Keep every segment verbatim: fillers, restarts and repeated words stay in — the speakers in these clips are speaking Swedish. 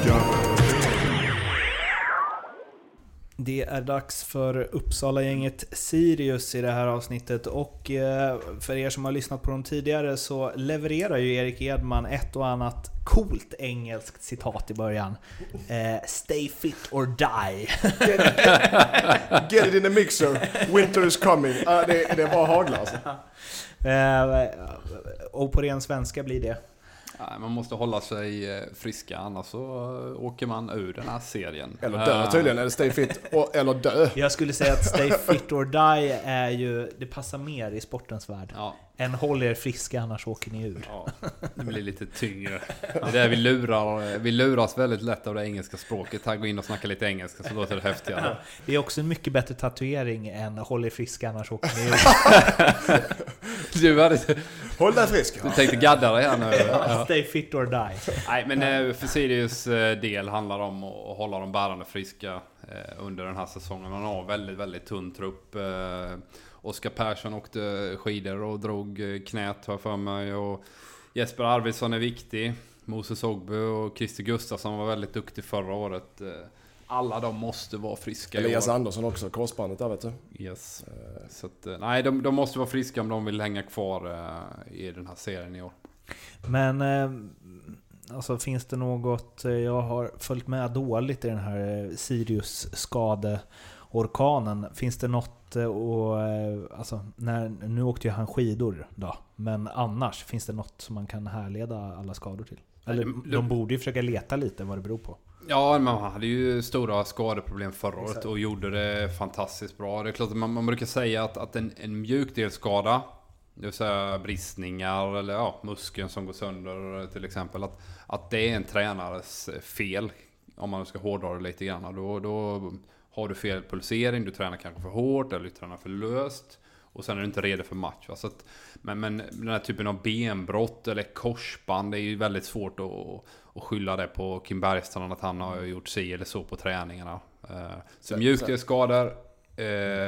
Det är dags för Uppsala-gänget Sirius i det här avsnittet, och för er som har lyssnat på dem tidigare så levererar ju Erik Edman ett och annat coolt engelskt citat i början. eh, Stay fit or die. Get it, get it in the mixer. Winter is coming. uh, det, det är bara haglar alltså. eh, Och på ren svenska blir det: Nej, man måste hålla sig friska, annars så åker man ur den här serien. Eller dö tydligen, eller stay fit och, eller dö. Jag skulle säga att stay fit or die är ju, det passar mer i sportens värld. Ja. Än håll er friska, annars åker ni ur. Ja, det blir lite tyngre. Det är där vi lurar, vi luras väldigt lätt av det engelska språket. Här går in och snackar lite engelska så låter det häftigare. Det är också en mycket bättre tatuering än håll er friska, annars åker ni ur. Du hade, Håll dig frisk. du tänkte gadda dig här nu. Ja. Stay fit or die. Nej, men för Sirius del handlar det om att hålla dem bärande friska under den här säsongen. Man har väldigt, väldigt tunn trupp. Oskar Persson åkte skidor och drog knät här för mig, och Jesper Arvidsson är viktig. Moses Ogbu och Christer Gustafsson var väldigt duktig förra året. Alla de måste vara friska. Elias Andersson också, korsbandet där vet du. Yes. Så att, nej, de, de måste vara friska om de vill hänga kvar i den här serien i år. Men alltså, finns det något, jag har följt med dåligt i den här Sirius skadeorkanen. Finns det något, och alltså, när, nu åkte ju han skidor då, men annars finns det något som man kan härleda alla skador till? Eller de, de borde ju försöka leta lite vad det beror på. Ja, men man hade ju stora skadeproblem förra året. Exakt. Och gjorde det fantastiskt bra. Det är klart att man, man brukar säga att, att en, en mjukdelsskada, det vill säga bristningar eller ja, muskeln som går sönder till exempel, att, att det är en tränares fel, om man ska hårdra det lite grann. Då, då har du fel pulsering, du tränar kanske för hårt eller du tränar för löst, och sen är du inte redo för match. Va? Så att, men, men den här typen av benbrott eller korsband, det är ju väldigt svårt att, att skylla det på Kim Bergstrand, att han har gjort sig eller så på träningarna. Så mjukdelsskador eh,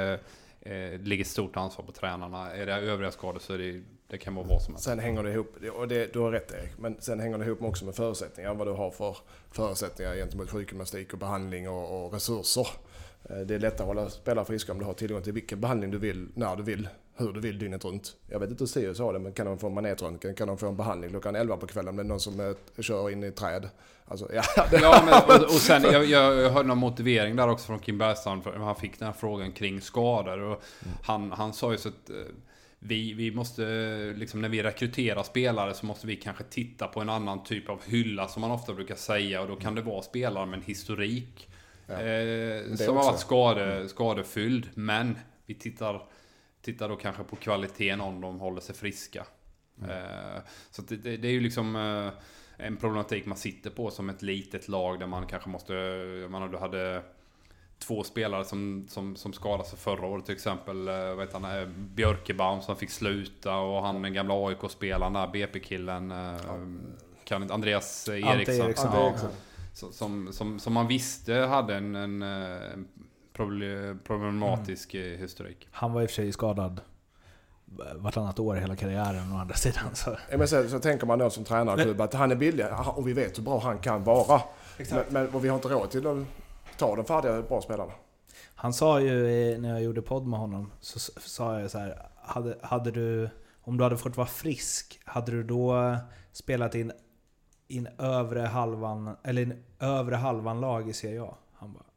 eh, ligger ett stort ansvar på tränarna. Är det övriga skador så är det, det kan vara vad som helst. Sen hänger det ihop, och det, du har rätt Erik, men sen hänger det ihop också med förutsättningar. Vad du har för förutsättningar gentemot sjukgymnastik och behandling och, och resurser. Det är lättare att hålla spelare friska om du har tillgång till vilken behandling du vill, när du vill, hur du vill dygnet runt. Jag vet inte hur Sirius har det, men kan de få en manetröntgen, kan de få en behandling klockan elva på kvällen om det är någon som äh, kör in i träd. Alltså, ja, det... ja, men, och, och sen, jag, jag hörde någon motivering där också från Kim Bergstrand, för han fick den här frågan kring skador, och mm. han, han sa ju så att vi, vi måste, liksom, när vi rekryterar spelare så måste vi kanske titta på en annan typ av hylla som man ofta brukar säga, och då kan det vara spelare med en historik. Ja. Eh, som har varit skade, skadefylld, men vi tittar, tittar då kanske på kvaliteten om de håller sig friska. Mm. Eh, så det, det, det är ju liksom eh, en problematik man sitter på som ett litet lag, där man kanske måste, man du hade två spelare som, som, som skadade sig förra året till exempel, eh, vet han, Björkebaum som fick sluta, och han den gamla A I K-spelaren där, B P-killen eh, ja. kan, Andreas Eriksson, Eriksson. Ja, som, som, som man visste hade en, en, en problematisk mm. historik. Han var i och för sig skadad vartannat år i hela karriären å andra sidan. Så, ja, men så, så tänker man då som tränarklubb att han är billig, och vi vet hur bra han kan vara. Men, men och vi har inte råd till att ta de färdiga bra spelarna. Han sa ju, när jag gjorde podd med honom, så sa jag så här, hade, hade du, om du hade fått vara frisk, hade du då spelat in in övre halvan, eller in övre halvan lag i Serie A? Han bara,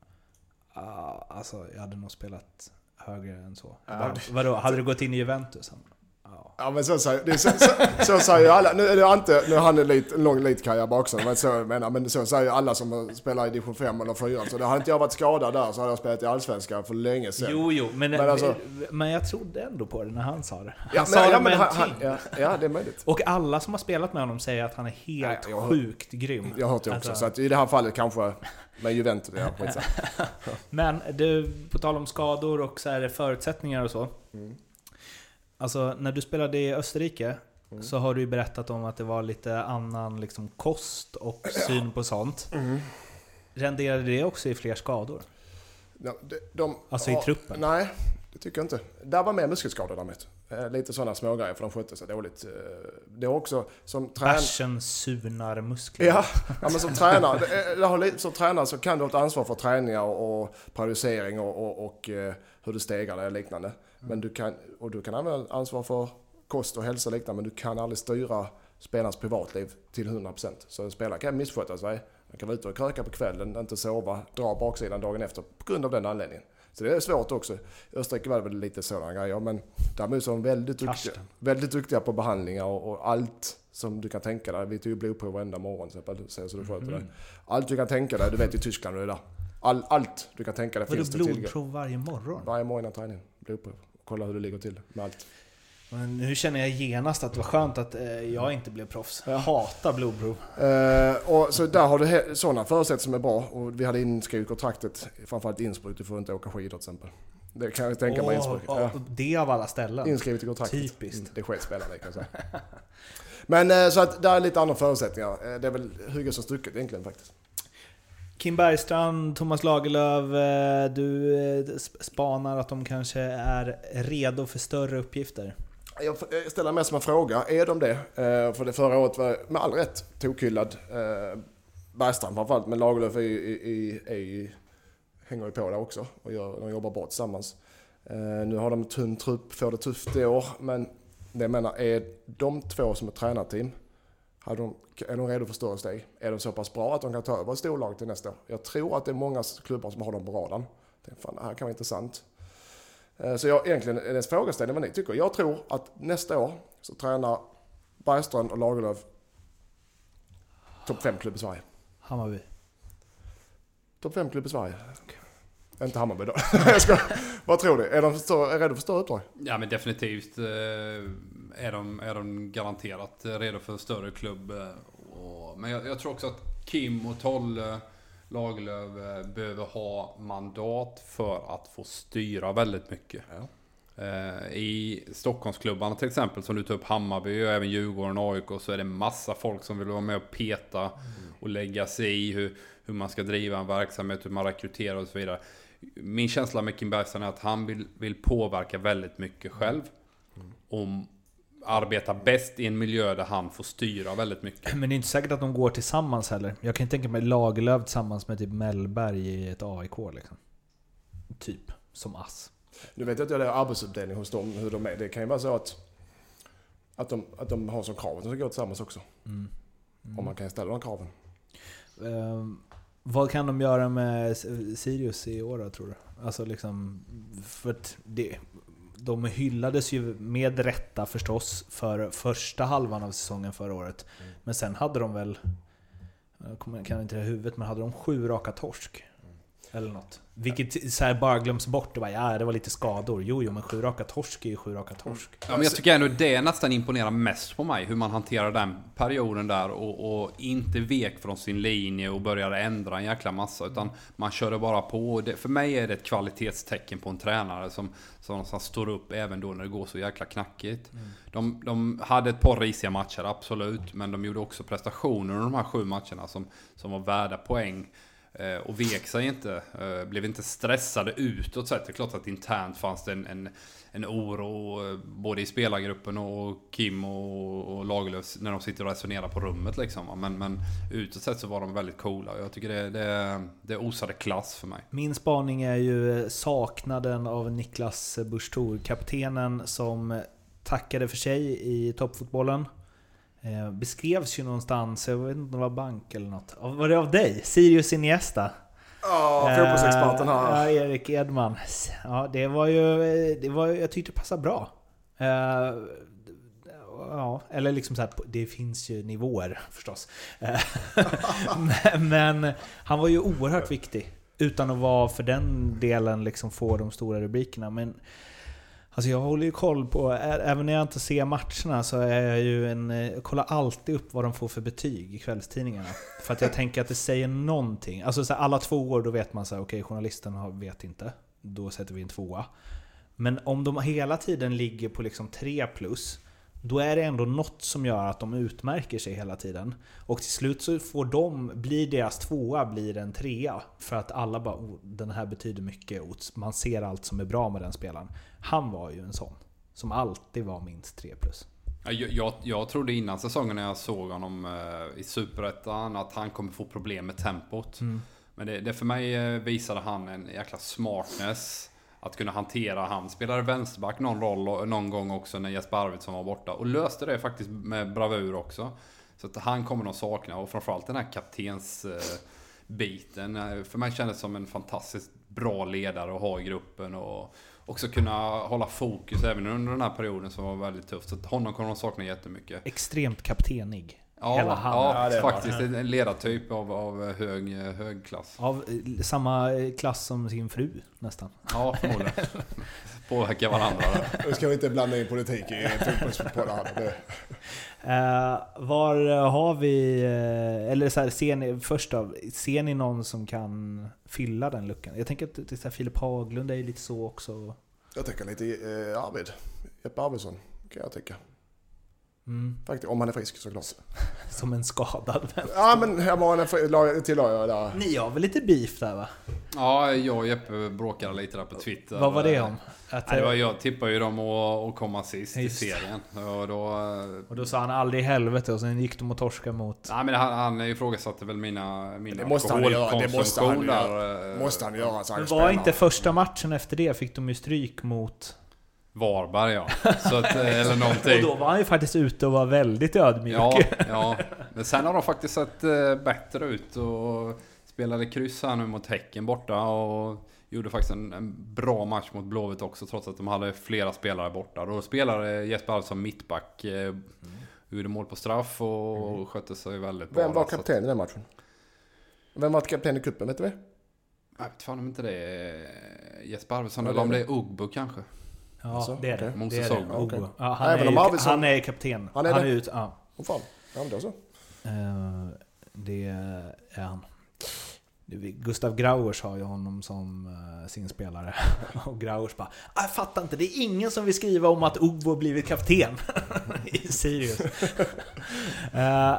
ah, alltså jag hade nog spelat högre än så. Ja, bara, vadå, hade du gått in i Juventus? Han bara, ja. Ja, men så säger, det är så, så, så säger alla. Nu är det inte, nu har han en lite, en lång elitkarriär bakom, men så jag menar, men så säger alla som spelar i division fem eller fyra. Så det hade inte jag varit skadad där, så hade jag spelat i Allsvenskan för länge sedan. Jo, jo, men, men, alltså, men jag trodde ändå på det när han sa det. Han ja, sa men, det ja, med men, en han, ja, ja, det är möjligt. Och alla som har spelat med honom säger att han är helt ja, sjukt grym. Jag har hört det också, alltså, så att i det här fallet kanske med Juventus, ja, skitsamma. Men du, på tal om skador och så här förutsättningar och så. Mm. Alltså, när du spelade i Österrike mm. så har du ju berättat om att det var lite annan liksom, kost och syn på sånt. Mm. Renderade det också i fler skador? Ja, de, de, alltså i ja, truppen? Nej, det tycker jag inte. Där var mer muskelskador därmed. Lite sådana smågrejer för de skötte sig dåligt. Det är också som tränare... Bärsen sunar muskler. Ja, ja, men som tränare, det har, som tränare så kan du ha ett ansvar för träningar och, och periodisering och, och, och hur du stegar det och liknande. Mm. Men du kan, och du kan använda ansvar för kost och hälsa och liknande, men du kan aldrig styra spelarens privatliv till hundra procent. Så en spelare kan missköta sig. Man kan vara ute och kröka på kvällen, inte sova, dra baksidan dagen efter på grund av den anledningen. Så det är svårt också. I Österrike var det väl lite sådana grejer, men däremot är de väldigt duktiga, väldigt duktiga på behandlingar och, och allt som du kan tänka dig. Vi tar ju blodprov varenda morgon så du sköter mm. det. Allt du kan tänka dig, du vet i Tyskland och det där. All, allt du kan tänka dig var finns det det till. Blodprov varje morgon? Varje morgon innan träning. Blodprov. Kolla hur det ligger till med allt. Men nu känner jag genast att det var skönt att eh, jag inte blev proffs. Jag hatar blodprov. Uh, och så där har du sådana förutsättningar som är bra. Och vi hade inskrivet kontraktet, framförallt Innsbruck, du får inte åka skidor till exempel. Det kan jag tänka mig oh, Innsbruck. Oh, ja. Det av alla ställen. Inskrivet i kontraktet. Typiskt. Mm, det sker spelare kan jag säga. Men uh, så att där är lite andra förutsättningar. Uh, det är väl hugget som stucket egentligen faktiskt. Kim Bergstrand, Thomas Lagerlöf, du spanar att de kanske är redo för större uppgifter. Jag ställer mig som en fråga, är de det? För det förra året var med all rätt tokhyllad Bergstrand framförallt, men Lagerlöf är, är, är, är, hänger ju på där också och gör, de jobbar bra tillsammans. Nu har de en tunn trupp, får det tufft i år, men det jag menar, är de två som är tränarteam, har de, är de redo för större steg? Är de så pass bra att de kan ta över ett storlag till nästa år? Jag tror att det är många klubbar som har dem på radarn. Fan, det här kan vara intressant. Så jag, egentligen är det en frågeställning vad ni tycker. Jag tror att nästa år så tränar Bergstrand och Lagerlöf topp fem klubb i Sverige. Hammarby. Topp fem klubb i Sverige. Okay. Inte Hammarby då. Jag ska, vad tror du? Är de stå, är redo för större uppdrag? Ja, men definitivt är de, är de garanterat redo för en större klubb. Och, men jag, jag tror också att Kim och Tolle Lagerlöf behöver ha mandat för att få styra väldigt mycket. Ja. I Stockholmsklubbarna till exempel, som du tar upp Hammarby och även Djurgården och A I K, så är det massa folk som vill vara med och peta mm. och lägga sig i hur, hur man ska driva en verksamhet, hur man rekryterar och så vidare. Min känsla med Kim Bergstrand är att han vill, vill påverka väldigt mycket själv mm. om arbeta bäst i en miljö där han får styra väldigt mycket. Men det är inte säkert att de går tillsammans heller. Jag kan tänka mig Lagerlöf tillsammans med typ Mellberg i ett A I K liksom. Typ som ass. Nu vet jag att det är arbetsuppdelning hos dem, hur de är. Det kan ju vara så att att de, att de har som krav att de ska gå tillsammans också. Mm. Mm. Om man kan ställa de kraven. Um, vad kan de göra med Sirius i år då, tror du? Alltså liksom, för att det... De hyllades ju med rätta förstås för första halvan av säsongen förra året. Mm. Men sen hade de väl, jag kan inte det huvudet, men hade de sju raka torsk. Mm. Eller något. Vilket så här bara glöms bort. Det var, ja, det var lite skador. Jo, jo, men sju raka torsk är ju sju raka torsk. Ja, men jag tycker ändå det nästan imponerar mest på mig. Hur man hanterar den perioden där och, och inte vek från sin linje och började ändra en jäkla massa. Utan man körde bara på. Det, för mig är det ett kvalitetstecken på en tränare som, som, som står upp även då när det går så jäkla knackigt. Mm. De, de hade ett par risiga matcher, absolut. Men de gjorde också prestationer under de här sju matcherna som, som var värda poäng. Och vek sig inte, blev inte stressade utåt sett. Det är klart att internt fanns det en, en, en oro både i spelargruppen och Kim och, och Lagerlöf när de sitter och resonerar på rummet liksom. Men, men utåt sett så var de väldigt coola. Jag tycker det, det, det osade klass för mig. Min spaning är ju saknaden av Niklas Busch Thor, kaptenen som tackade för sig i toppfotbollen. Eh, beskrevs ju någonstans, jag vet inte om det var bank eller något. Var det av dig? Sirius Iniesta? Ja, oh, fotbollsexperten här. Ja, Erik Edman. Ja, det var ju, det var, jag tyckte det passade bra. Eh, ja, eller liksom så här, det finns ju nivåer förstås. men, men han var ju oerhört viktig. Utan att vara för den delen liksom få de stora rubrikerna. Men alltså jag håller ju koll på, även när jag inte ser matcherna så är jag ju en, jag kollar alltid upp vad de får för betyg i kvällstidningarna. För att jag tänker att det säger någonting. Alltså så här, alla två år då vet man så här, okej, okay, journalisten vet inte. Då sätter vi en tvåa. Men om de hela tiden ligger på liksom tre plus, då är det ändå något som gör att de utmärker sig hela tiden. Och till slut så får de, blir deras tvåa blir en trea. För att alla bara, oh, den här betyder mycket och man ser allt som är bra med den spelaren. Han var ju en sån som alltid var minst tre plus. Jag, jag, jag trodde innan säsongen när jag såg honom eh, i Superettan att han kommer få problem med tempot. Mm. Men det, det för mig eh, visade han en jäkla smartness att kunna hantera. Han spelade vänsterback någon roll och, någon gång också när Jesper Arvidsson var borta. Och löste det faktiskt med bravur också. Så att han kommer nog sakna. Och framförallt den här kaptens eh, biten. För mig kändes det som en fantastiskt bra ledare att ha i gruppen. Och också kunna hålla fokus även under den här perioden som var väldigt tufft. Så att honom kommer de sakna jättemycket. Extremt kaptenig. Ja, hela han. ja, ja faktiskt en ledartyp av, av hög, hög klass. Av samma klass som sin fru nästan. Ja, förmodligen. Påverkar varandra. Nu ska vi inte blanda in politik i fotbollspodden. Uh, var har vi, uh, eller så här, ser ni, först av, ser ni någon som kan fylla den luckan? Jag tänker att det är så här, Filip Haglund är ju lite så också. Jag tänker lite uh, Arvid. Jeppe Arvidsson kan jag tycka. Mm. Faktiskt, om han är frisk såklart. Som en skadad vän. Ja, men jag var tillade jag där. Ni har väl lite beef där, va? Ja, jag och Jeppe bråkade lite där på Twitter. Vad var det om? Att Nej, det var, jag tippade ju dem att komma sist Just. i serien. Och då, och då sa han aldrig i helvete och sen gick de och torska mot... Nej, men han, han ifrågasatte väl mina, mina det måste han göra. Det måste han där. göra. Måste han göra så han men var spelar. Inte första matchen efter det fick de ju stryk mot... Varberg, ja. Så att, eller någonting. Och då var han ju faktiskt ute och var väldigt ödmjuk. Ja, ja. Men sen har de faktiskt sett bättre ut och spelade kryss här nu mot Häcken borta och gjorde faktiskt en, en bra match mot Blåvitt också trots att de hade flera spelare borta. Då spelade Jesper Arvidsson mittback, mm. gjorde mål på straff och mm. skötte sig väldigt bra. Vem var kapten att... i den matchen? Vem var kapten i kuppen, vet du det? Jag vet fan om inte det är Jesper Arvidsson eller om det är Ugbo kanske. Ja, alltså, det är det. Okay. det, är det. Okay. Ja, han, är ju, Arvidsson... han är kapten. Han är, han är ut, ja. Oh, fan. Ja, men då så. Uh, det är han. Gustav Grauers har ju honom som uh, sin spelare. Och Grauers bara, jag fattar inte, det är ingen som vill skriva om att Ugbo blivit kapten i Sirius. uh,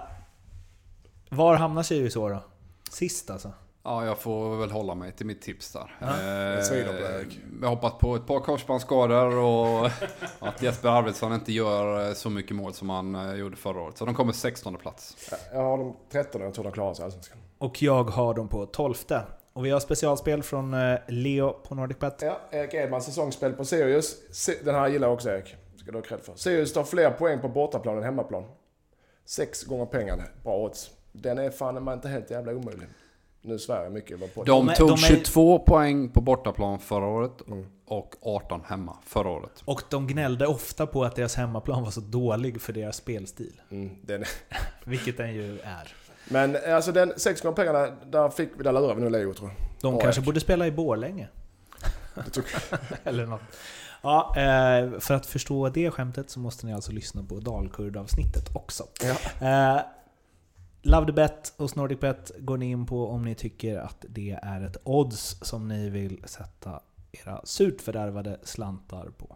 var hamnar Sirius då? Sist alltså? Ja, jag får väl hålla mig till mitt tips där. Ja. Eh, jag har hoppat på ett par korsbandsskador och att Jesper Arvidsson inte gör så mycket mål som han gjorde förra året. Så de kommer sextonde plats. Jag har dem trettonde, jag tror de klarar sig allsvenskan. Och jag har dem på tolfte. Och vi har specialspel från Leo på NordicBet. Ja, Erik Edmans säsongsspel på Sirius. Den här gillar jag också, Erik. Ska du ha cred för. Sirius tar fler poäng på bortaplan än hemmaplan. Sex gånger pengarna. Bra odds. Den är fan man inte helt jävla omöjlig. Nu svär jag mycket. Var på de det. tog de är... tjugotvå poäng på bortaplan förra året mm. och arton hemma förra året. Och de gnällde ofta på att deras hemmaplan var så dålig för deras spelstil. Mm, den är... Vilket den ju är. Men alltså den sex gånger pengarna, där fick vi, där lurar vi nu Leo, tror jag. De och kanske jag. borde spela i Borlänge. Det tog... Eller något. Ja, för att förstå det skämtet så måste ni alltså lyssna på Dalkurd-avsnittet också. Ja. Eh, Love the Bet hos NordicBet går ni in på om ni tycker att det är ett odds som ni vill sätta era surt fördärvade slantar på.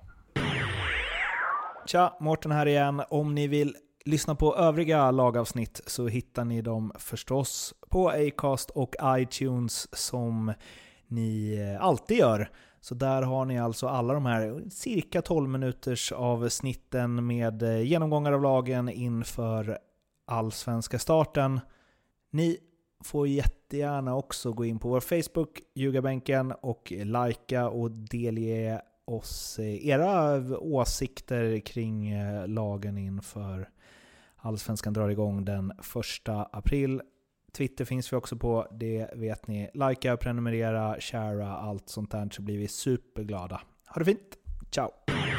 Tja, Mårten här igen. Om ni vill lyssna på övriga lagavsnitt så hittar ni dem förstås på Acast och iTunes som ni alltid gör. Så där har ni alltså alla de här cirka tolv minuters avsnitten med genomgångar av lagen inför allsvenska starten. Ni får jättegärna också gå in på vår Facebook, Ljugarbänken, och likea och delge oss era åsikter kring lagen inför allsvenskan drar igång den första april. Twitter finns vi också på, det vet ni. Likea, prenumerera, sharea, allt sånt där så blir vi superglada. Ha det fint, ciao!